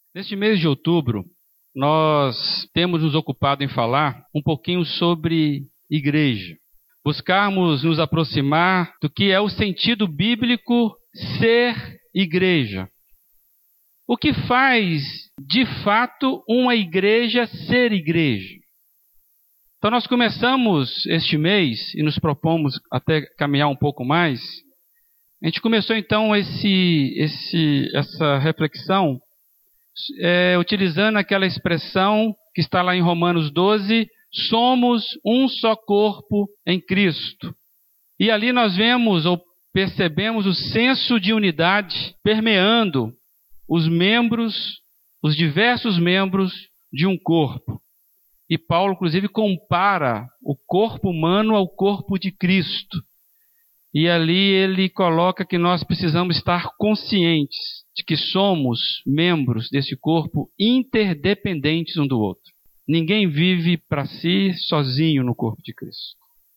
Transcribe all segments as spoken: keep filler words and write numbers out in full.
Neste mês de outubro, nós temos nos ocupado em falar um pouquinho sobre igreja. Buscarmos nos aproximar do que é o sentido bíblico ser igreja. O que faz, de fato, uma igreja ser igreja? Então nós começamos este mês, e nos propomos até caminhar um pouco mais. A gente começou então esse, esse, essa reflexão É, utilizando aquela expressão que está lá em Romanos doze, somos um só corpo em Cristo. E ali nós vemos ou percebemos o senso de unidade permeando os membros, os diversos membros de um corpo. E Paulo, inclusive, compara o corpo humano ao corpo de Cristo. E ali ele coloca que nós precisamos estar conscientes de que somos membros desse corpo interdependentes um do outro. Ninguém vive para si sozinho no corpo de Cristo.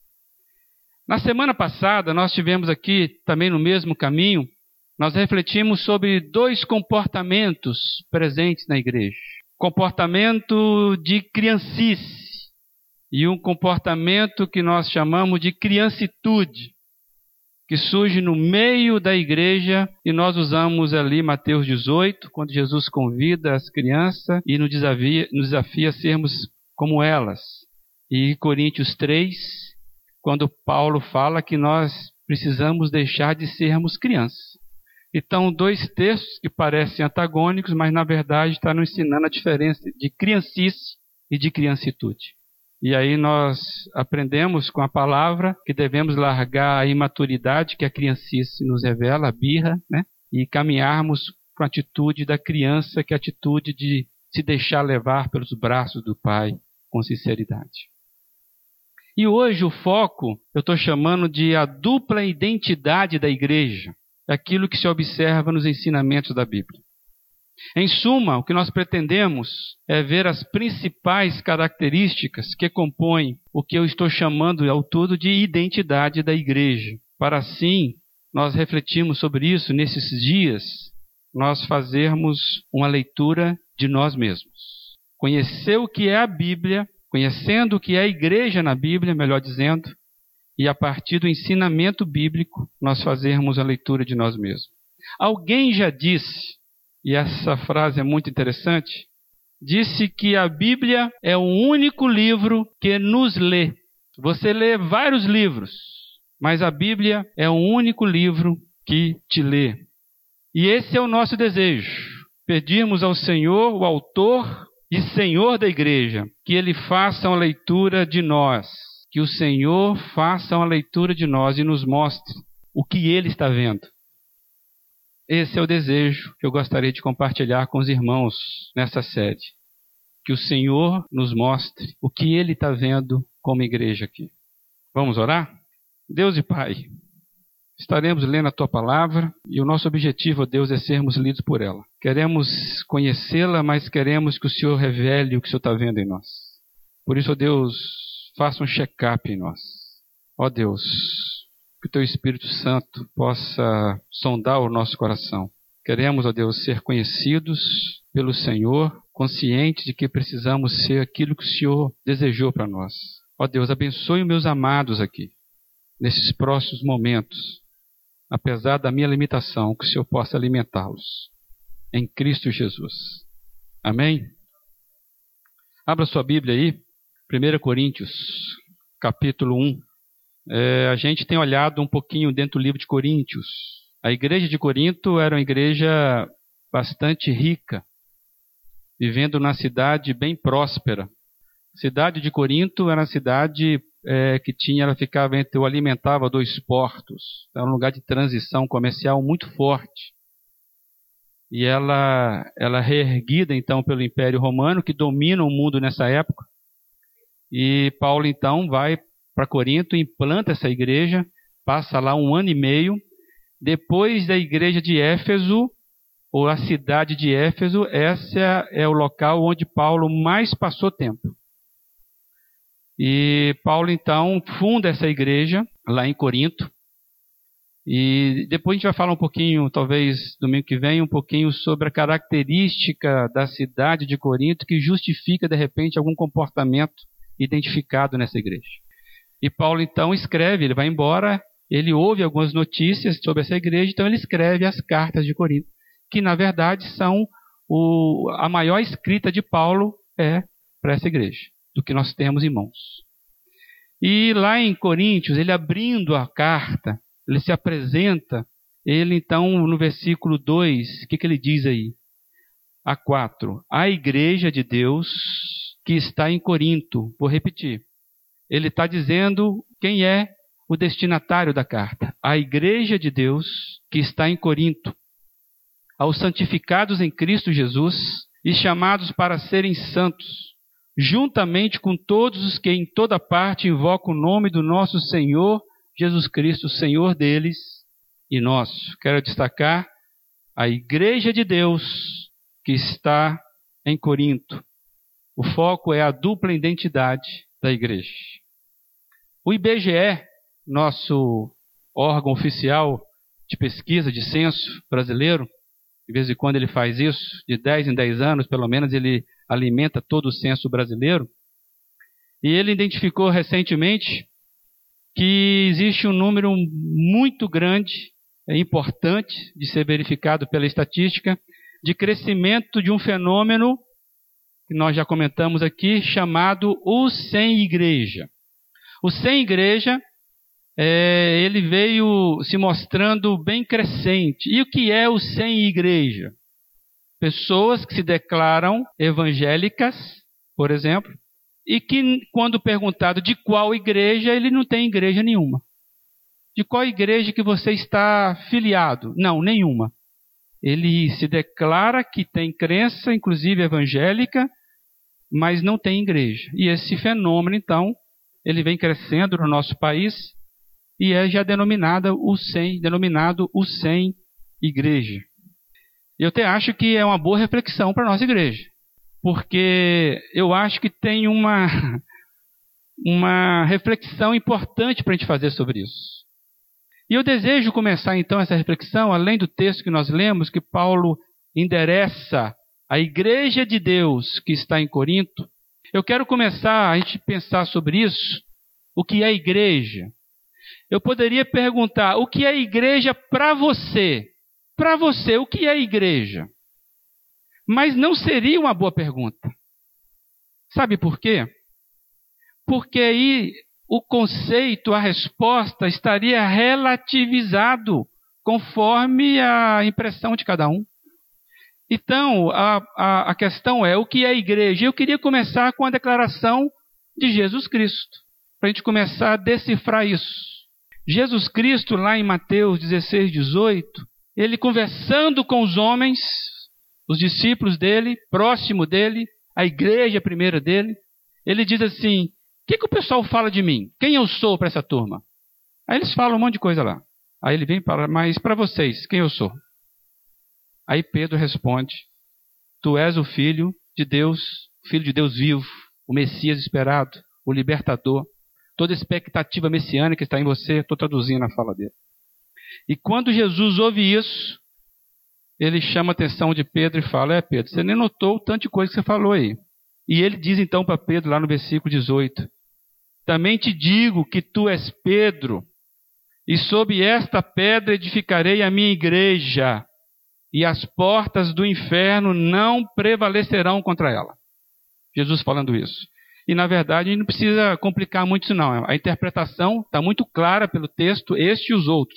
Na semana passada, nós tivemos aqui, também no mesmo caminho, nós refletimos sobre dois comportamentos presentes na igreja. Comportamento de criancice e um comportamento que nós chamamos de criancitude, que surge no meio da igreja, e nós usamos ali Mateus dezoito, quando Jesus convida as crianças e nos desafia, nos desafia a sermos como elas. E Coríntios três, quando Paulo fala que nós precisamos deixar de sermos crianças. Então, dois textos que parecem antagônicos, mas na verdade está nos ensinando a diferença de criancice e de criancitude. E aí nós aprendemos com a palavra que devemos largar a imaturidade que a criancice nos revela, a birra, né? E caminharmos com a atitude da criança, que é a atitude de se deixar levar pelos braços do Pai com sinceridade. E hoje o foco eu estou chamando de a dupla identidade da igreja, aquilo que se observa nos ensinamentos da Bíblia. Em suma, o que nós pretendemos é ver as principais características que compõem o que eu estou chamando ao todo de identidade da igreja. Para assim, nós refletirmos sobre isso nesses dias, nós fazermos uma leitura de nós mesmos. Conhecer o que é a Bíblia, conhecendo o que é a igreja na Bíblia, melhor dizendo, e a partir do ensinamento bíblico, nós fazermos a leitura de nós mesmos. Alguém já disse, e essa frase é muito interessante, disse que a Bíblia é o único livro que nos lê. Você lê vários livros, mas a Bíblia é o único livro que te lê. E esse é o nosso desejo, pedirmos ao Senhor, o autor e Senhor da igreja, que Ele faça uma leitura de nós, que o Senhor faça uma leitura de nós e nos mostre o que Ele está vendo. Esse é o desejo que eu gostaria de compartilhar com os irmãos nessa série. Que o Senhor nos mostre o que Ele está vendo como igreja aqui. Vamos orar? Deus e Pai, estaremos lendo a Tua Palavra e o nosso objetivo, ó Deus, é sermos lidos por ela. Queremos conhecê-la, mas queremos que o Senhor revele o que o Senhor está vendo em nós. Por isso, ó Deus, faça um check-up em nós. Ó Deus, que o Teu Espírito Santo possa sondar o nosso coração. Queremos, ó Deus, ser conhecidos pelo Senhor, conscientes de que precisamos ser aquilo que o Senhor desejou para nós. Ó Deus, abençoe os meus amados aqui, nesses próximos momentos, apesar da minha limitação, que o Senhor possa alimentá-los. Em Cristo Jesus. Amém? Abra sua Bíblia aí, primeira Coríntios, capítulo um. É, a gente tem olhado um pouquinho dentro do livro de Coríntios. A igreja de Corinto era uma igreja bastante rica, vivendo numa cidade bem próspera. A cidade de Corinto era uma cidade é, que tinha, ela ficava entre, ou alimentava dois portos. Era um lugar de transição comercial muito forte. E ela, ela é reerguida então pelo Império Romano, que domina o mundo nessa época. E Paulo então vai para Corinto, implanta essa igreja, passa lá um ano e meio. Depois da igreja de Éfeso, ou a cidade de Éfeso, esse é, é o local onde Paulo mais passou tempo. E Paulo então funda essa igreja lá em Corinto. E depois a gente vai falar um pouquinho, talvez domingo que vem, um pouquinho sobre a característica da cidade de Corinto que justifica, de repente, algum comportamento identificado nessa igreja. E Paulo, então, escreve, ele vai embora, ele ouve algumas notícias sobre essa igreja, então ele escreve as cartas de Corinto, que, na verdade, são o, a maior escrita de Paulo é para essa igreja, do que nós temos em mãos. E lá em Coríntios, ele abrindo a carta, ele se apresenta, ele então, no versículo dois, o que, que ele diz aí? A quatro, a igreja de Deus que está em Corinto. Vou repetir. Ele está dizendo quem é o destinatário da carta. A igreja de Deus que está em Corinto. Aos santificados em Cristo Jesus e chamados para serem santos, juntamente com todos os que em toda parte invocam o nome do nosso Senhor Jesus Cristo, Senhor deles e nosso. Quero destacar a igreja de Deus que está em Corinto. O foco é a dupla identidade da igreja. O I B G E, nosso órgão oficial de pesquisa, de censo brasileiro, de vez em quando ele faz isso, de dez em dez anos, pelo menos, ele alimenta todo o censo brasileiro. E ele identificou recentemente que existe um número muito grande, é importante de ser verificado pela estatística, de crescimento de um fenômeno que nós já comentamos aqui, chamado o sem igreja. O sem igreja, é, ele veio se mostrando bem crescente. E o que é o sem igreja? Pessoas que se declaram evangélicas, por exemplo, e que, quando perguntado de qual igreja, ele não tem igreja nenhuma. De qual igreja que você está filiado? Não, nenhuma. Ele se declara que tem crença, inclusive evangélica, mas não tem igreja. E esse fenômeno, então, ele vem crescendo no nosso país e é já denominado o sem, denominado o sem igreja. Eu até acho que é uma boa reflexão para a nossa igreja, porque eu acho que tem uma, uma reflexão importante para a gente fazer sobre isso. E eu desejo começar então essa reflexão, além do texto que nós lemos, que Paulo endereça a igreja de Deus que está em Corinto. Eu quero começar a gente pensar sobre isso, o que é igreja. Eu poderia perguntar, o que é igreja para você? Para você, o que é igreja? Mas não seria uma boa pergunta. Sabe por quê? Porque aí o conceito, a resposta estaria relativizado conforme a impressão de cada um. Então, a, a, a questão é, o que é igreja? Eu queria começar com a declaração de Jesus Cristo, para a gente começar a decifrar isso. Jesus Cristo, lá em Mateus dezesseis, dezoito, ele conversando com os homens, os discípulos dele, próximo dele, a igreja primeira dele, ele diz assim, o que, que o pessoal fala de mim? Quem eu sou para essa turma? Aí eles falam um monte de coisa lá. Aí ele vem para, mas para vocês, quem eu sou? Aí Pedro responde, tu és o Filho de Deus, o Filho de Deus vivo, o Messias esperado, o libertador. Toda expectativa messiânica está em você, estou traduzindo a fala dele. E quando Jesus ouve isso, ele chama a atenção de Pedro e fala, é Pedro, você nem notou o tanto de coisa que você falou aí. E ele diz então para Pedro, lá no versículo dezoito, também te digo que tu és Pedro, e sob esta pedra edificarei a minha igreja, e as portas do inferno não prevalecerão contra ela. Jesus falando isso. E, na verdade, a gente não precisa complicar muito isso, não. A interpretação está muito clara pelo texto, este e os outros.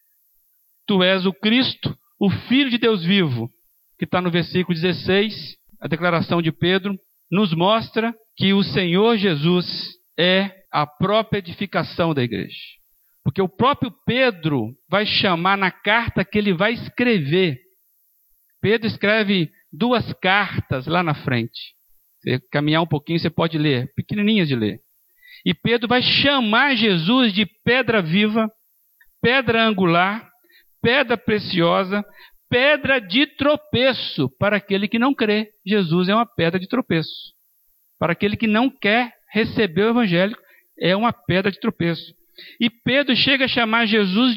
Tu és o Cristo, o Filho de Deus vivo, que está no versículo dezesseis, a declaração de Pedro, nos mostra que o Senhor Jesus é a própria edificação da igreja. Porque o próprio Pedro vai chamar na carta que ele vai escrever. Pedro escreve duas cartas lá na frente. Você caminhar um pouquinho, você pode ler, pequenininhas de ler. E Pedro vai chamar Jesus de pedra viva, pedra angular, pedra preciosa, pedra de tropeço para aquele que não crê. Jesus é uma pedra de tropeço. Para aquele que não quer receber o evangelho, é uma pedra de tropeço. E Pedro chega a chamar Jesus de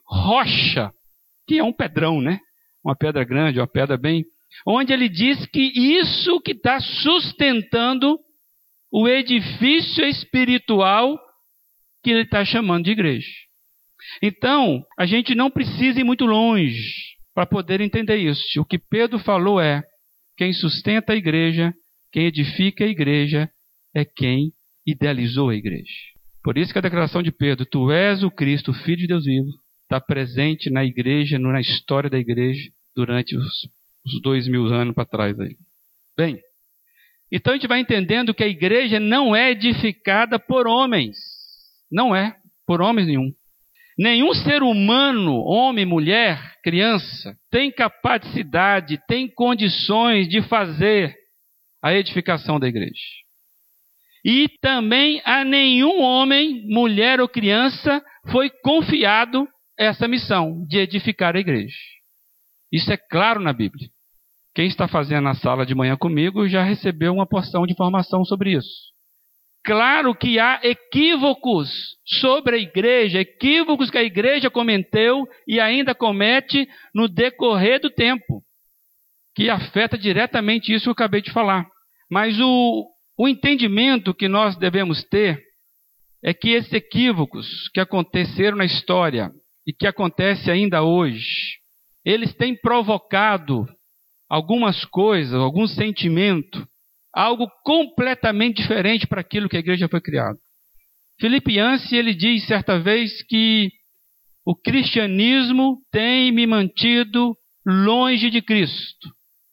rocha, que é um pedrão, né? Uma pedra grande, uma pedra bem... Onde ele diz que isso que está sustentando o edifício espiritual que ele está chamando de igreja. Então, a gente não precisa ir muito longe para poder entender isso. O que Pedro falou é: quem sustenta a igreja, quem edifica a igreja, é quem idealizou a igreja. Por isso que a declaração de Pedro, tu és o Cristo, o Filho de Deus vivo, está presente na igreja, na história da igreja, durante os, os dois mil anos para trás. Aí. Bem, então a gente vai entendendo que a igreja não é edificada por homens. Não é, por homens nenhum. Nenhum ser humano, homem, mulher, criança, tem capacidade, tem condições de fazer a edificação da igreja. E também a nenhum homem, mulher ou criança foi confiado essa missão de edificar a igreja. Isso é claro na Bíblia. Quem está fazendo a sala de manhã comigo já recebeu uma porção de informação sobre isso. Claro que há equívocos sobre a igreja, equívocos que a igreja cometeu e ainda comete no decorrer do tempo, que afeta diretamente isso que eu acabei de falar. Mas o, o entendimento que nós devemos ter é que esses equívocos que aconteceram na história e que acontecem ainda hoje, eles têm provocado algumas coisas, algum sentimento, algo completamente diferente para aquilo que a igreja foi criada. Filipe Yancey, ele diz certa vez que o cristianismo tem me mantido longe de Cristo.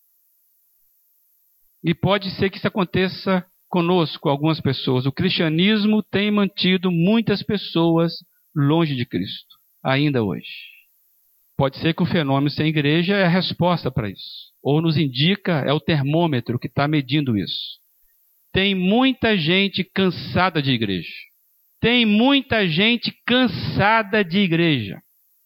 E pode ser que isso aconteça conosco, algumas pessoas. O cristianismo tem mantido muitas pessoas longe de Cristo, ainda hoje. Pode ser que o fenômeno sem igreja é a resposta para isso. Ou nos indica, é o termômetro que está medindo isso. Tem muita gente cansada de igreja. Tem muita gente cansada de igreja.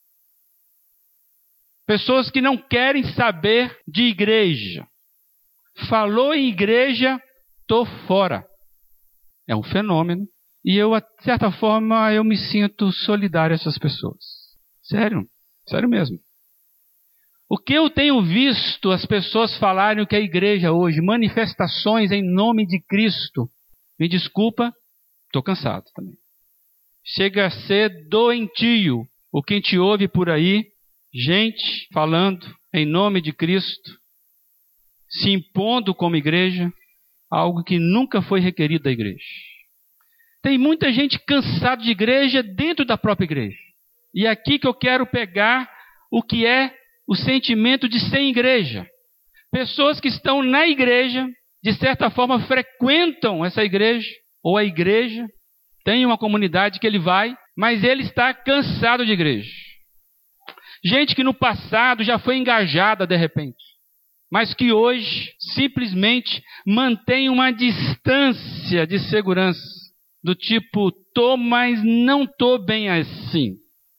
Pessoas que não querem saber de igreja. Falou em igreja, estou fora. É um fenômeno. E eu, de certa forma, eu me sinto solidário a essas pessoas. Sério, sério mesmo. O que eu tenho visto as pessoas falarem o que é a igreja hoje, manifestações em nome de Cristo, me desculpa, estou cansado também. Chega a ser doentio o que a gente ouve por aí, gente falando em nome de Cristo, se impondo como igreja, algo que nunca foi requerido da igreja. Tem muita gente cansada de igreja dentro da própria igreja. E é aqui que eu quero pegar o que é o sentimento de ser igreja. Pessoas que estão na igreja, de certa forma frequentam essa igreja, ou a igreja, tem uma comunidade que ele vai, mas ele está cansado de igreja. Gente que no passado já foi engajada de repente, mas que hoje simplesmente mantém uma distância de segurança, do tipo, tô, mas não tô bem assim.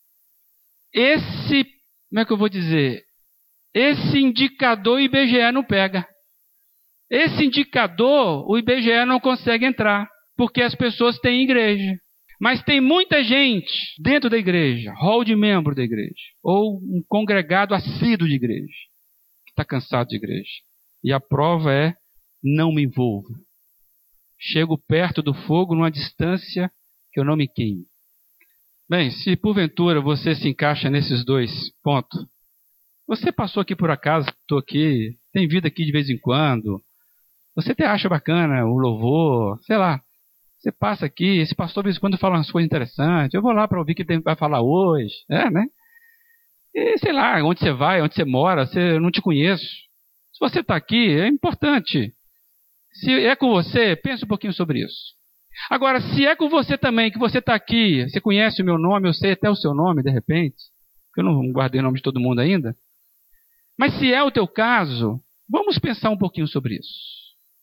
Esse, como é que eu vou dizer? Esse indicador o I B G E não pega. Esse indicador o I B G E não consegue entrar, porque as pessoas têm igreja. Mas tem muita gente dentro da igreja, hall de membro da igreja, ou um congregado assíduo de igreja, que está cansado de igreja. E a prova é, não me envolvo. Chego perto do fogo numa distância que eu não me queimo. Bem, se porventura você se encaixa nesses dois pontos, você passou aqui por acaso, estou aqui, tem vida aqui de vez em quando, você até acha bacana o louvor, sei lá, você passa aqui, esse pastor de vez em quando fala umas coisas interessantes, eu vou lá para ouvir o que ele vai falar hoje, é, né? E sei lá, onde você vai, onde você mora, você, eu não te conheço. Se você está aqui, é importante. Se é com você, pense um pouquinho sobre isso. Agora, se é com você também, que você está aqui, você conhece o meu nome, eu sei até o seu nome, de repente, eu não guardei o nome de todo mundo ainda, mas se é o teu caso, vamos pensar um pouquinho sobre isso.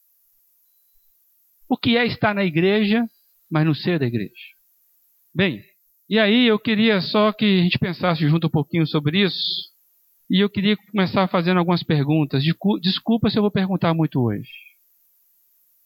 O que é estar na igreja, mas não ser da igreja? Bem, e aí eu queria só que a gente pensasse junto um pouquinho sobre isso, e eu queria começar fazendo algumas perguntas. Desculpa se eu vou perguntar muito hoje.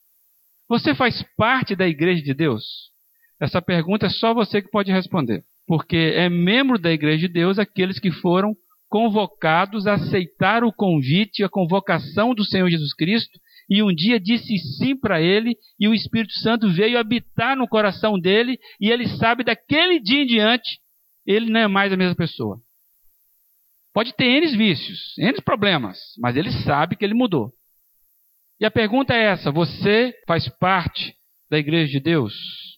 Você faz parte da igreja de Deus? Essa pergunta é só você que pode responder. porque é membro da igreja de Deus aqueles que foram convocados a aceitar o convite, a convocação do Senhor Jesus Cristo, e um dia disse sim para ele, e o Espírito Santo veio habitar no coração dele, e ele sabe daquele dia em diante, ele não é mais a mesma pessoa. Pode ter N vícios, N problemas, mas ele sabe que ele mudou. E a pergunta é essa: você faz parte da igreja de Deus?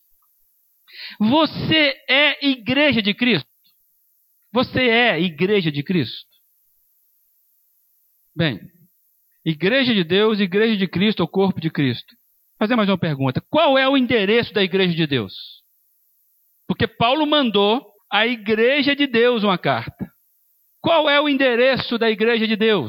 Você é igreja de Cristo? Você é igreja de Cristo? Bem, igreja de Deus, igreja de Cristo, ou corpo de Cristo. Vou fazer mais uma pergunta: qual é o endereço da igreja de Deus? Porque Paulo mandou à igreja de Deus uma carta. Qual é o endereço da igreja de Deus?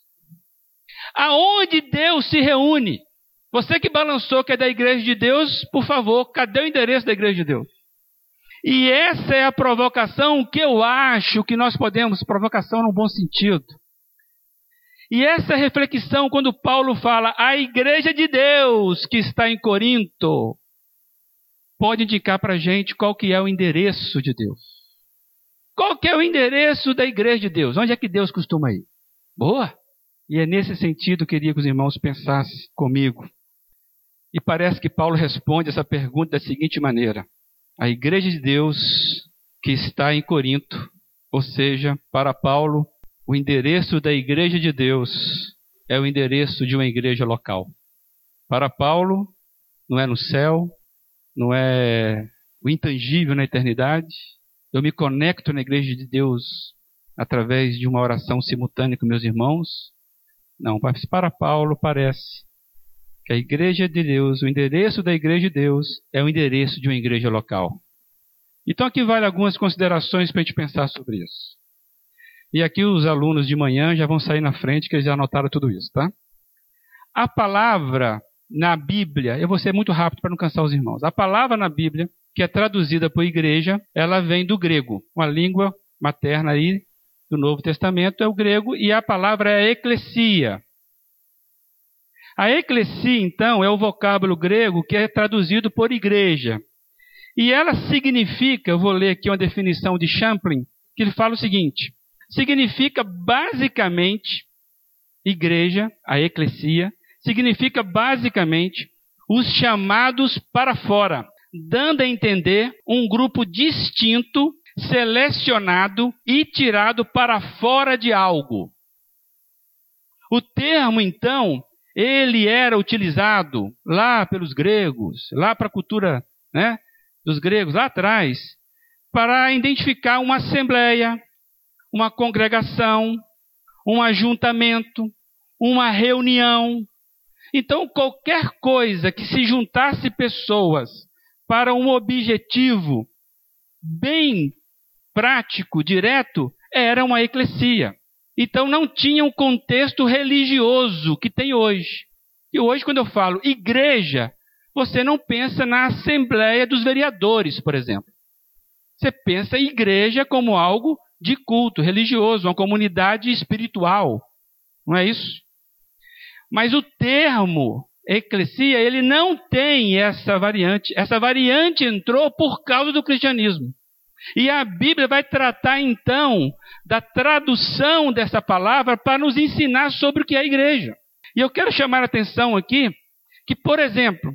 Aonde Deus se reúne? Você que balançou que é da igreja de Deus, por favor, cadê o endereço da igreja de Deus? E essa é a provocação que eu acho que nós podemos, provocação no bom sentido. E essa reflexão, quando Paulo fala a igreja de Deus que está em Corinto, pode indicar para a gente qual que é o endereço de Deus. Qual que é o endereço da igreja de Deus? Onde é que Deus costuma ir? Boa! E é nesse sentido que eu queria que os irmãos pensassem comigo. E parece que Paulo responde essa pergunta da seguinte maneira: a igreja de Deus que está em Corinto, ou seja, para Paulo, o endereço da igreja de Deus é o endereço de uma igreja local. Para Paulo, não é no céu, não é o intangível na eternidade. Eu me conecto na igreja de Deus através de uma oração simultânea com meus irmãos. Não, para Paulo parece que a igreja de Deus, o endereço da igreja de Deus é o endereço de uma igreja local. Então aqui vale algumas considerações para a gente pensar sobre isso. E aqui os alunos de manhã já vão sair na frente, que eles já anotaram tudo isso, tá? A palavra na Bíblia, eu vou ser muito rápido para não cansar os irmãos. A palavra na Bíblia, que é traduzida por igreja, ela vem do grego, uma língua materna aí do Novo Testamento é o grego, e a palavra é eclesia. A eclesia, então, é o vocábulo grego que é traduzido por igreja. E ela significa, eu vou ler aqui uma definição de Champlin, que ele fala o seguinte: significa basicamente, igreja, a eclesia, significa basicamente os chamados para fora, dando a entender um grupo distinto, selecionado e tirado para fora de algo. O termo, então, ele era utilizado lá pelos gregos, lá para a cultura, né, dos gregos, lá atrás, para identificar uma assembleia, uma congregação, um ajuntamento, uma reunião. Então, qualquer coisa que se juntasse pessoas para um objetivo bem prático, direto, era uma eclesia. Então, não tinha um contexto religioso que tem hoje. E hoje, quando eu falo igreja, você não pensa na Assembleia dos Vereadores, por exemplo. Você pensa em igreja como algo de culto religioso, uma comunidade espiritual. Não é isso? Mas o termo eclesia, ele não tem essa variante. Essa variante entrou por causa do cristianismo. E a Bíblia vai tratar, então, da tradução dessa palavra para nos ensinar sobre o que é a igreja. E eu quero chamar a atenção aqui que, por exemplo,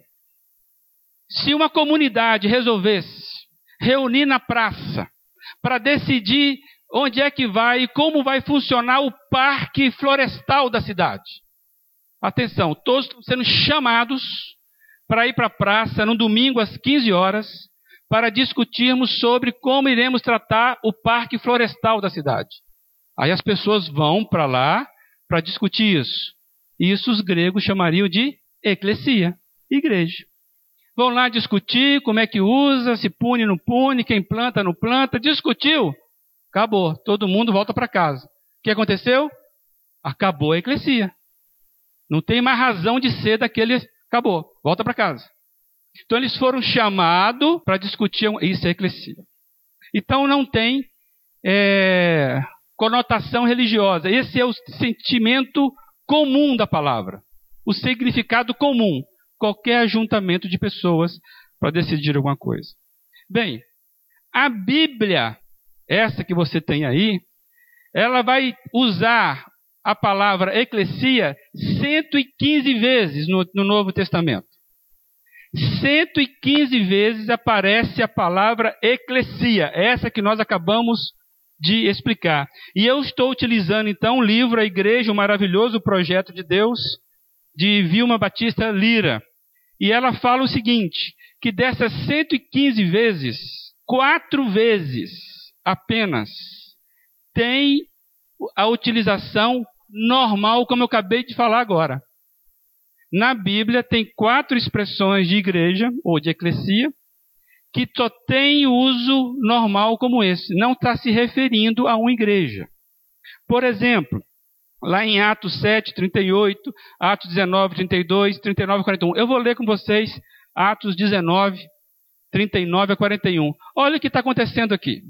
se uma comunidade resolvesse reunir na praça para decidir onde é que vai e como vai funcionar o parque florestal da cidade. Atenção, todos estão sendo chamados para ir para a praça no domingo às quinze horas para discutirmos sobre como iremos tratar o parque florestal da cidade. Aí as pessoas vão para lá para discutir isso. Isso os gregos chamariam de eclesia, igreja. Vão lá discutir como é que usa, se pune, não pune, quem planta, não planta. Discutiu, acabou, todo mundo volta para casa. O que aconteceu? Acabou a eclesia. Não tem mais razão de ser daquele, acabou, volta para casa. Então eles foram chamados para discutir, isso é eclesia. Então não tem é, conotação religiosa. Esse é o sentimento comum da palavra. O significado comum. Qualquer ajuntamento de pessoas para decidir alguma coisa. Bem, A Bíblia, essa que você tem aí, ela vai usar a palavra eclesia cento e quinze vezes no, no Novo Testamento. cento e quinze vezes aparece a palavra eclesia, essa que nós acabamos de explicar. E eu estou utilizando então o livro A Igreja, o Maravilhoso Projeto de Deus, de Vilma Batista Lira. E ela fala o seguinte, que dessas cento e quinze vezes, quatro vezes apenas tem a utilização normal, como eu acabei de falar agora. Na Bíblia tem quatro expressões de igreja, ou de eclesia, que só tem uso normal como esse. Não está se referindo a uma igreja. Por exemplo, lá em Atos sete, trinta e oito, Atos dezenove, trinta e dois, trinta e nove, quarenta e um. Eu vou ler com vocês Atos dezenove, trinta e nove a quarenta e um. Olha o que está acontecendo aqui.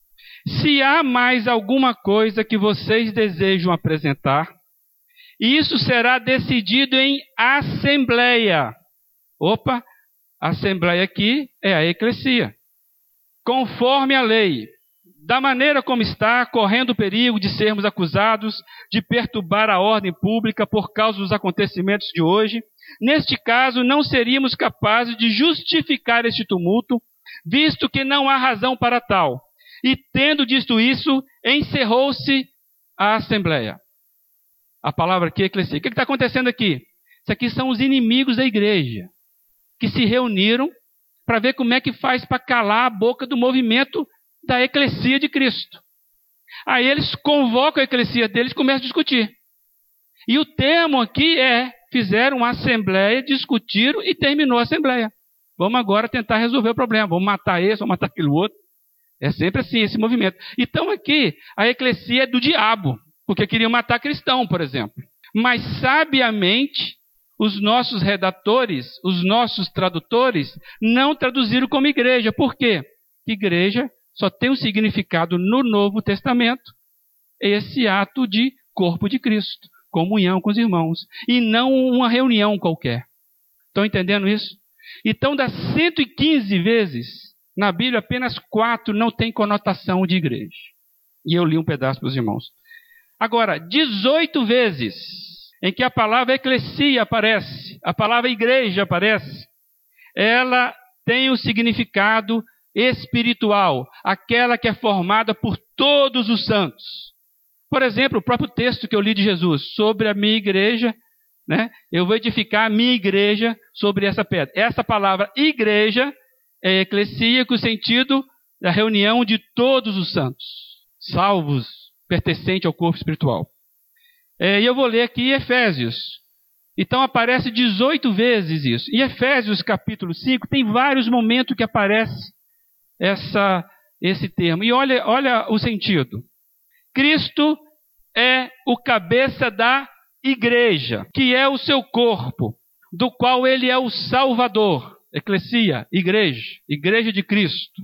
Se há mais alguma coisa que vocês desejam apresentar, isso será decidido em assembleia. Opa, a assembleia aqui é a eclesia. Conforme a lei, da maneira como está, correndo o perigo de sermos acusados de perturbar a ordem pública por causa dos acontecimentos de hoje, neste caso não seríamos capazes de justificar este tumulto, visto que não há razão para tal. E tendo dito isso, encerrou-se a assembleia. A palavra aqui é eclesia. O que está acontecendo aqui? Isso aqui são os inimigos da igreja, que se reuniram para ver como é que faz para calar a boca do movimento da eclesia de Cristo. Aí eles convocam a eclesia deles e começam a discutir. E o termo aqui é, fizeram uma assembleia, discutiram e terminou a assembleia. Vamos agora tentar resolver o problema. Vamos matar esse, vamos matar aquele outro. É sempre assim, esse movimento. Então aqui, a eclesia é do diabo, porque queriam matar cristão, por exemplo. Mas sabiamente, os nossos redatores, os nossos tradutores, não traduziram como igreja. Por quê? Igreja só tem um significado no Novo Testamento, esse ato de corpo de Cristo, comunhão com os irmãos, e não uma reunião qualquer. Estão entendendo isso? Então, das cento e quinze vezes, na Bíblia, apenas quatro não tem conotação de igreja. E eu li um pedaço para os irmãos. Agora, dezoito vezes em que a palavra eclesia aparece, a palavra igreja aparece, ela tem o significado espiritual, aquela que é formada por todos os santos. Por exemplo, o próprio texto que eu li de Jesus, sobre a minha igreja, né? Eu vou edificar a minha igreja sobre essa pedra. Essa palavra igreja é eclesia, com o sentido da reunião de todos os santos, salvos, pertencente ao corpo espiritual. É, e eu vou ler aqui Efésios. Então aparece dezoito vezes isso. Em Efésios capítulo cinco, tem vários momentos que aparece essa, esse termo. E olha, olha o sentido. Cristo é o cabeça da igreja, que é o seu corpo, do qual ele é o Salvador. Eclesia, igreja, igreja de Cristo.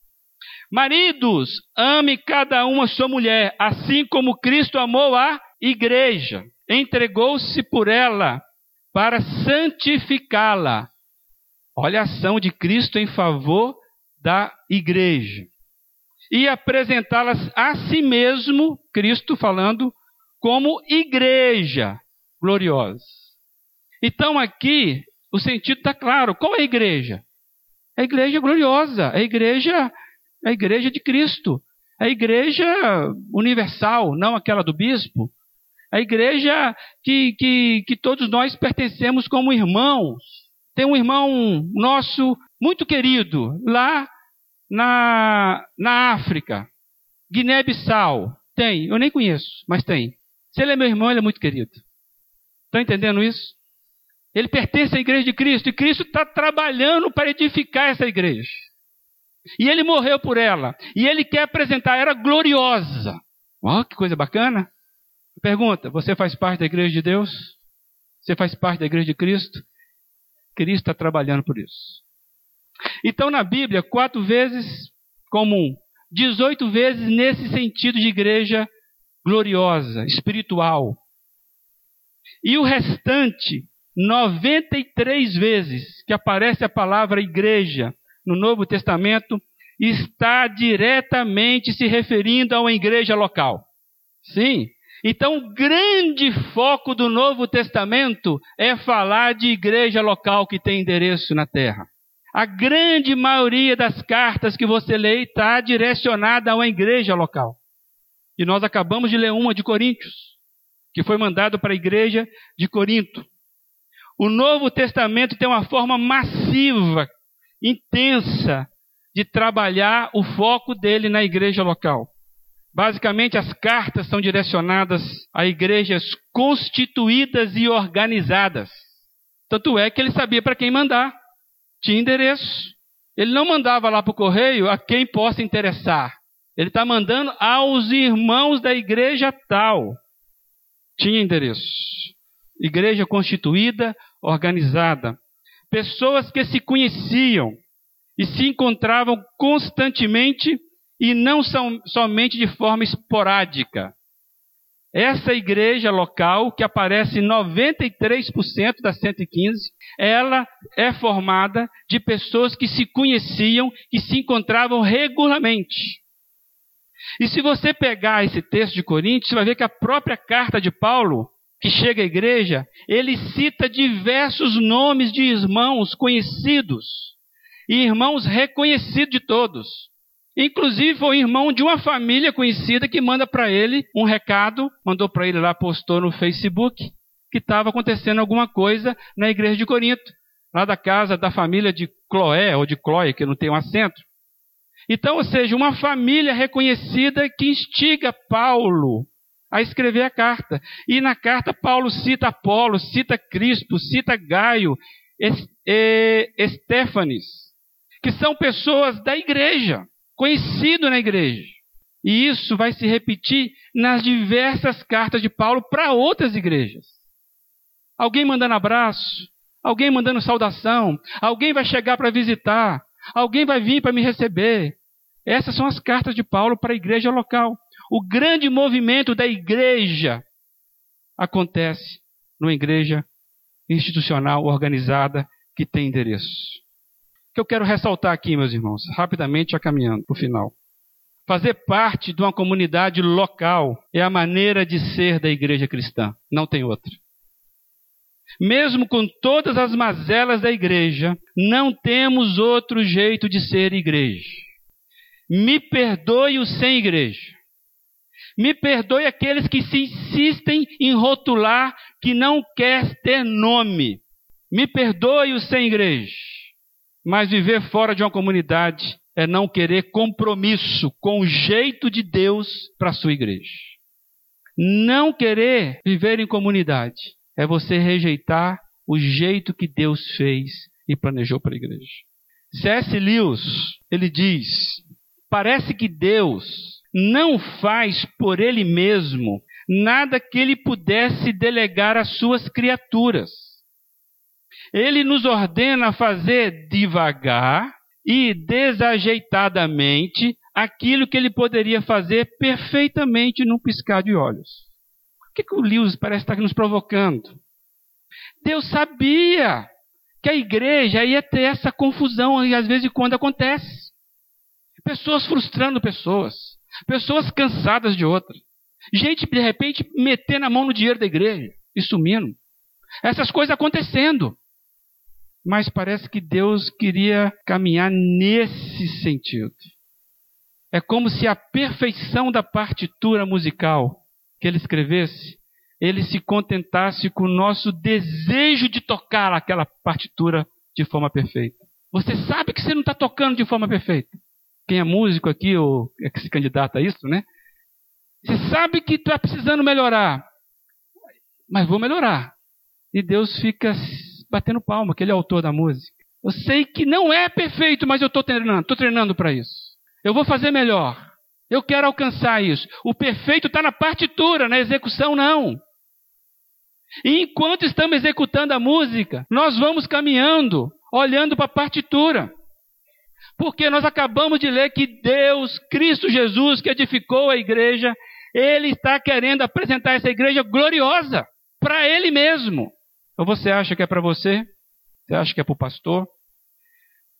Maridos, ame cada um a sua mulher, assim como Cristo amou a igreja, entregou-se por ela para santificá-la. Olha a ação de Cristo em favor da igreja. E apresentá-la a si mesmo, Cristo falando, como igreja gloriosa. Então aqui, o sentido está claro. Qual é a igreja? A igreja gloriosa, a igreja, a igreja de Cristo, a igreja universal, não aquela do bispo, a igreja que, que, que todos nós pertencemos como irmãos. Tem um irmão nosso muito querido lá na, na África, Guiné-Bissau. Tem, eu nem conheço, mas tem. Se ele é meu irmão, ele é muito querido. Estão entendendo isso? Ele pertence à igreja de Cristo, e Cristo está trabalhando para edificar essa igreja. E ele morreu por ela, e ele quer apresentar, era gloriosa. Ó, que coisa bacana. Pergunta, você faz parte da igreja de Deus? Você faz parte da igreja de Cristo? Cristo está trabalhando por isso. Então na Bíblia, quatro vezes comum, dezoito vezes nesse sentido de igreja gloriosa, espiritual. E o restante, noventa e três vezes que aparece a palavra igreja no Novo Testamento, está diretamente se referindo a uma igreja local. Sim. Então, o grande foco do Novo Testamento é falar de igreja local que tem endereço na terra. A grande maioria das cartas que você lê está direcionada a uma igreja local. E nós acabamos de ler uma de Coríntios, que foi mandado para a igreja de Corinto. O Novo Testamento tem uma forma massiva, intensa, de trabalhar o foco dele na igreja local. Basicamente, as cartas são direcionadas a igrejas constituídas e organizadas. Tanto é que ele sabia para quem mandar. Tinha endereço. Ele não mandava lá para o correio a quem possa interessar. Ele está mandando aos irmãos da igreja tal. Tinha endereço. Igreja constituída, organizada. Pessoas que se conheciam e se encontravam constantemente e não são, somente de forma esporádica. Essa igreja local, que aparece em noventa e três por cento das cento e quinze, ela é formada de pessoas que se conheciam e se encontravam regularmente. E se você pegar esse texto de Coríntios, você vai ver que a própria carta de Paulo, que chega à igreja, ele cita diversos nomes de irmãos conhecidos e irmãos reconhecidos de todos. Inclusive, foi um irmão de uma família conhecida que manda para ele um recado, mandou para ele lá, postou no Facebook, que estava acontecendo alguma coisa na igreja de Corinto, lá da casa da família de Cloé, ou de Cloé, que não tem um acento. Então, ou seja, uma família reconhecida que instiga Paulo a escrever a carta. E na carta, Paulo cita Apolo, cita Crispo, cita Gaio, Estéfanes, que são pessoas da igreja, conhecido na igreja. E isso vai se repetir nas diversas cartas de Paulo para outras igrejas. Alguém mandando abraço, alguém mandando saudação, alguém vai chegar para visitar, alguém vai vir para me receber. Essas são as cartas de Paulo para a igreja local. O grande movimento da igreja acontece numa igreja institucional, organizada, que tem endereço. O que eu quero ressaltar aqui, meus irmãos, rapidamente já caminhando para o final. Fazer parte de uma comunidade local é a maneira de ser da igreja cristã, não tem outra. Mesmo com todas as mazelas da igreja, não temos outro jeito de ser igreja. Me perdoe os sem igreja. Me perdoe aqueles que se insistem em rotular que não quer ter nome. Me perdoe os sem igreja. Mas viver fora de uma comunidade é não querer compromisso com o jeito de Deus para a sua igreja. Não querer viver em comunidade é você rejeitar o jeito que Deus fez e planejou para a igreja. C S Lewis, ele diz, parece que Deus não faz por ele mesmo nada que ele pudesse delegar às suas criaturas. Ele nos ordena fazer devagar e desajeitadamente aquilo que ele poderia fazer perfeitamente num piscar de olhos. O que, que o Lewis parece estar nos provocando? Deus sabia que a igreja ia ter essa confusão e às vezes quando acontece. Pessoas frustrando pessoas, pessoas cansadas de outras, gente de repente metendo a mão no dinheiro da igreja e sumindo. Essas coisas acontecendo. Mas parece que Deus queria caminhar nesse sentido. É como se a perfeição da partitura musical que ele escrevesse, ele se contentasse com o nosso desejo de tocar aquela partitura de forma perfeita. Você sabe que você não está tocando de forma perfeita. Quem é músico aqui, ou é que se candidata a isso, né? Você sabe que está precisando melhorar. Mas vou melhorar. E Deus fica batendo palma, que ele é autor da música. Eu sei que não é perfeito, mas eu estou treinando, estou treinando para isso. Eu vou fazer melhor. Eu quero alcançar isso. O perfeito está na partitura, na execução não. E enquanto estamos executando a música, nós vamos caminhando, olhando para a partitura. Porque nós acabamos de ler que Deus, Cristo Jesus, que edificou a igreja, Ele está querendo apresentar essa igreja gloriosa para Ele mesmo. Ou você acha que é para você? Você acha que é para o pastor?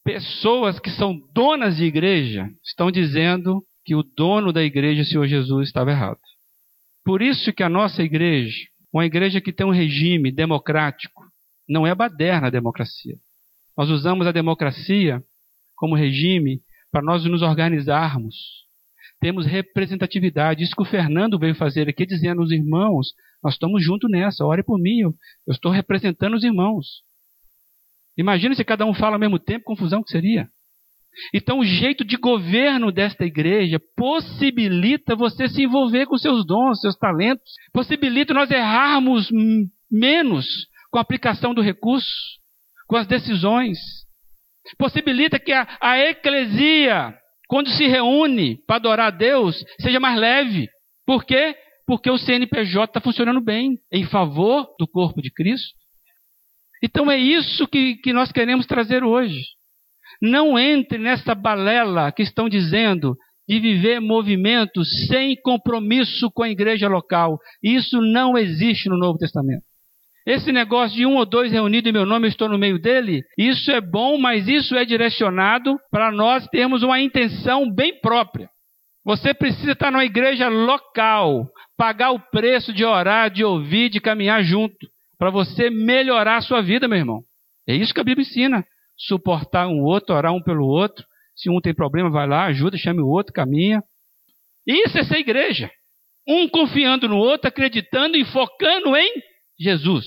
pessoas que são donas de igreja estão dizendo que o dono da igreja, o Senhor Jesus, estava errado. Por isso que a nossa igreja, uma igreja que tem um regime democrático, não é baderna a democracia. Nós usamos a democracia como regime para nós nos organizarmos. Temos representatividade. Isso que o Fernando veio fazer aqui, dizendo aos irmãos, nós estamos juntos nessa, ore por mim, eu, eu estou representando os irmãos. Imagina se cada um fala ao mesmo tempo, confusão que seria. Então o jeito de governo desta igreja possibilita você se envolver com seus dons, seus talentos, possibilita nós errarmos menos com a aplicação do recurso, com as decisões, possibilita que a, a eclesia, quando se reúne para adorar a Deus, seja mais leve. Por quê? Porque o C N P J está funcionando bem, em favor do corpo de Cristo. Então é isso que, que nós queremos trazer hoje. Não entre nessa balela que estão dizendo de viver movimentos sem compromisso com a igreja local. Isso não existe no Novo Testamento. Esse negócio de um ou dois reunidos em meu nome, eu estou no meio dele, isso é bom, mas isso é direcionado para nós termos uma intenção bem própria. Você precisa estar numa igreja local, pagar o preço de orar, de ouvir, de caminhar junto, para você melhorar a sua vida, meu irmão. É isso que a Bíblia ensina. Suportar um outro, orar um pelo outro. Se um tem problema, vai lá, ajuda, chame o outro, caminha. Isso é ser igreja. Um confiando no outro, acreditando e focando em Jesus.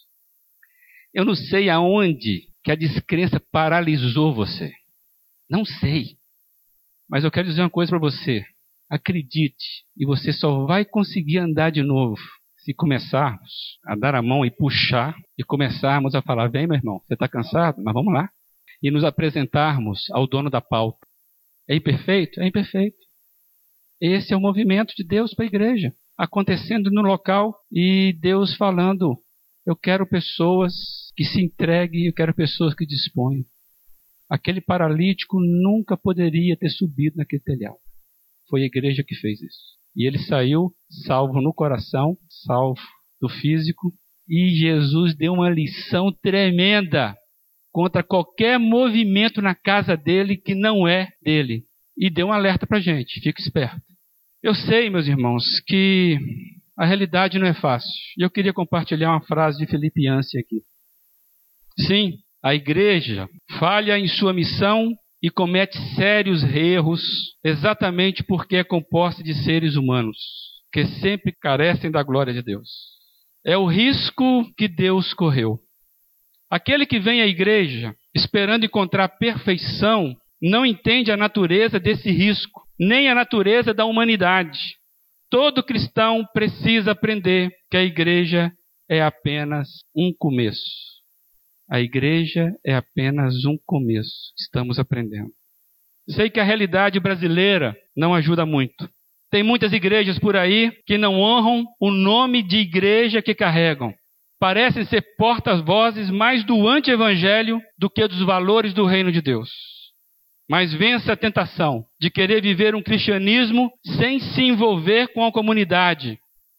Eu não sei aonde que a descrença paralisou você. Não sei. Mas eu quero dizer uma coisa para você. Acredite, e você só vai conseguir andar de novo se começarmos a dar a mão e puxar, e começarmos a falar, vem meu irmão, você está cansado? Mas vamos lá. E nos apresentarmos ao dono da pauta. É imperfeito? É imperfeito. Esse é o movimento de Deus para a igreja, acontecendo no local, e Deus falando, eu quero pessoas que se entreguem, eu quero pessoas que disponham. Aquele paralítico nunca poderia ter subido naquele telhado. Foi a igreja que fez isso. E ele saiu salvo no coração, salvo do físico, e Jesus deu uma lição tremenda contra qualquer movimento na casa dele que não é dele. E deu um alerta para a gente, fique esperto. Eu sei, meus irmãos, que a realidade não é fácil. E eu queria compartilhar uma frase de Felipe Yancey aqui. Sim, a igreja falha em sua missão e comete sérios erros exatamente porque é composta de seres humanos, que sempre carecem da glória de Deus. É o risco que Deus correu. Aquele que vem à igreja esperando encontrar perfeição não entende a natureza desse risco, nem a natureza da humanidade. Todo cristão precisa aprender que a igreja é apenas um começo. A igreja é apenas um começo. Estamos aprendendo. Sei que a realidade brasileira não ajuda muito. Tem muitas igrejas por aí que não honram o nome de igreja que carregam. Parecem ser porta-vozes mais do anti-evangelho do que dos valores do reino de Deus. Mas vença a tentação de querer viver um cristianismo sem se envolver com a comunidade.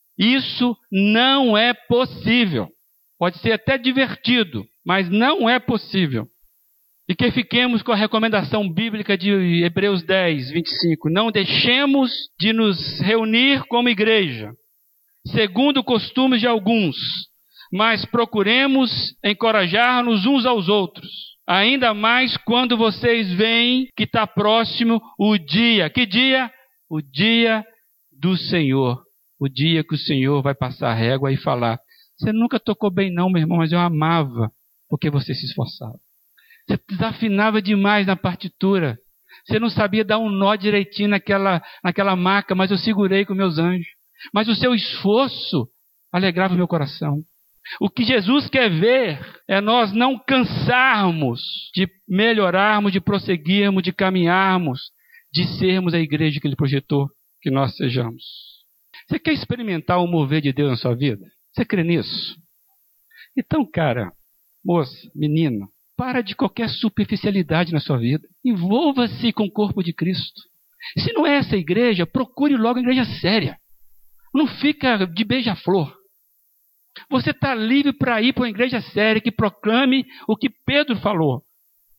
Isso não é possível. Pode ser até divertido, mas não é possível. E que fiquemos com a recomendação bíblica de Hebreus dez, vinte e cinco. Não deixemos de nos reunir como igreja, segundo costumes de alguns, mas procuremos encorajar-nos uns aos outros. Ainda mais quando vocês veem que está próximo o dia. Que dia? O dia do Senhor. O dia que o Senhor vai passar a régua e falar, você nunca tocou bem não, meu irmão, mas eu amava porque você se esforçava. Você desafinava demais na partitura. Você não sabia dar um nó direitinho naquela, naquela maca, mas eu segurei com meus anjos. Mas o seu esforço alegrava o meu coração. O que Jesus quer ver é nós não cansarmos de melhorarmos, de prosseguirmos, de caminharmos, de sermos a igreja que Ele projetou que nós sejamos. Você quer experimentar o mover de Deus na sua vida? Você crê nisso? Então, cara, moça, menina, para de qualquer superficialidade na sua vida. Envolva-se com o corpo de Cristo. Se não é essa igreja, procure logo uma igreja séria. Não fica de beija-flor. Você está livre para ir para uma igreja séria que proclame o que Pedro falou.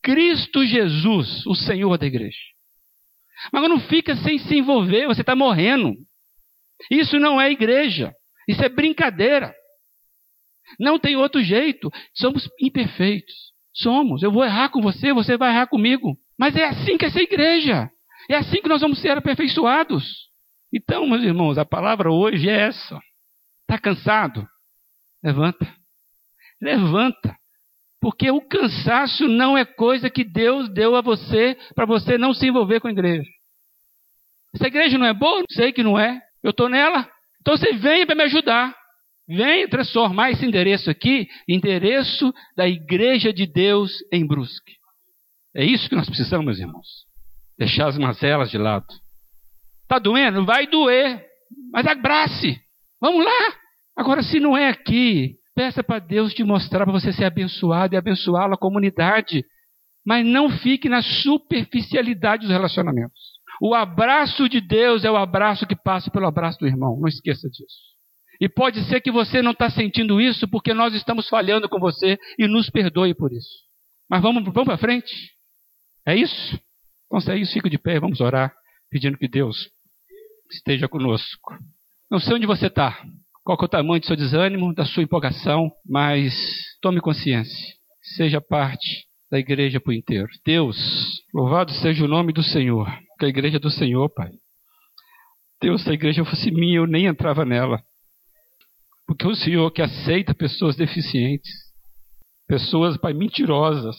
Cristo Jesus, o Senhor da igreja. Mas não fica sem se envolver, você está morrendo. Isso não é igreja, isso é brincadeira. Não tem outro jeito, somos imperfeitos. Somos, eu vou errar com você, você vai errar comigo. Mas é assim que é essa igreja. É assim que nós vamos ser aperfeiçoados. Então, meus irmãos, a palavra hoje é essa. Está cansado? Levanta. Levanta. Porque o cansaço não é coisa que Deus deu a você para você não se envolver com a igreja. Essa igreja não é boa? Sei que não é. Eu estou nela. Então você venha para me ajudar. Venha transformar esse endereço aqui em endereço da igreja de Deus em Brusque. É isso que nós precisamos, meus irmãos. Deixar as mazelas de lado. Está doendo? Vai doer. Mas abrace. Vamos lá. Agora, se não é aqui, peça para Deus te mostrar para você ser abençoado e abençoar a comunidade. Mas não fique na superficialidade dos relacionamentos. O abraço de Deus é o abraço que passa pelo abraço do irmão. Não esqueça disso. E pode ser que você não está sentindo isso porque nós estamos falhando com você e nos perdoe por isso. Mas vamos, vamos para frente? É isso? Então, se é isso, fica de pé e vamos orar, pedindo que Deus esteja conosco. Não sei onde você está, qual que é o tamanho do seu desânimo, da sua empolgação, mas tome consciência. Seja parte da igreja por inteiro. Deus, louvado seja o nome do Senhor, que a igreja é do Senhor, Pai. Deus, se a igreja fosse minha, eu nem entrava nela. Porque o Senhor que aceita pessoas deficientes, pessoas, Pai, mentirosas.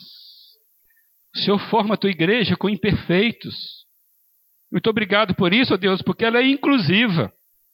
O Senhor forma a tua igreja com imperfeitos. Muito obrigado por isso, ó Deus, porque ela é inclusiva.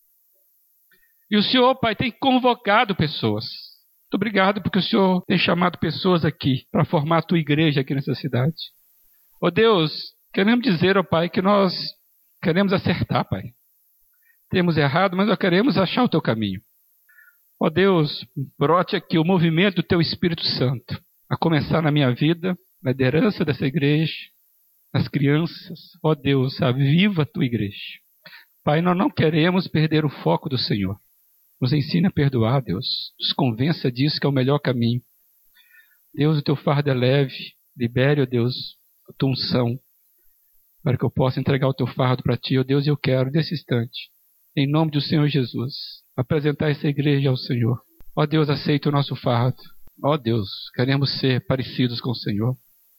E o Senhor, Pai, tem convocado pessoas. Muito obrigado porque o Senhor tem chamado pessoas aqui para formar a tua igreja aqui nessa cidade. Ó Deus, queremos dizer, ó Pai, que nós queremos acertar, Pai. Temos errado, mas nós queremos achar o teu caminho. Ó Deus, brote aqui o movimento do teu Espírito Santo, a começar na minha vida, na liderança dessa igreja, nas crianças. Ó Deus, aviva a tua igreja. Pai, nós não queremos perder o foco do Senhor. Nos ensina a perdoar, Deus. Nos convença disso que é o melhor caminho. Deus, o teu fardo é leve. Libere, ó Deus, a tua unção, para que eu possa entregar o teu fardo para ti. Ó Deus, eu quero, nesse instante, em nome do Senhor Jesus, apresentar essa igreja ao Senhor. Ó Deus, aceita o nosso fardo. Ó Deus, queremos ser parecidos com o Senhor.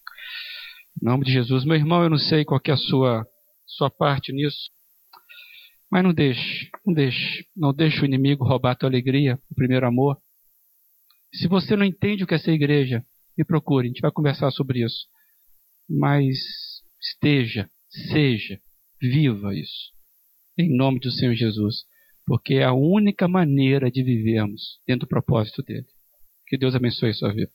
Em nome de Jesus. Meu irmão, eu não sei qual que é a sua, sua parte nisso, mas não deixe, não deixe. Não deixe o inimigo roubar a tua alegria, o primeiro amor. Se você não entende o que é essa igreja, me procure, a gente vai conversar sobre isso. Mas esteja, seja, viva isso. Em nome do Senhor Jesus. Porque é a única maneira de vivermos dentro do propósito dele. Que Deus abençoe a sua vida.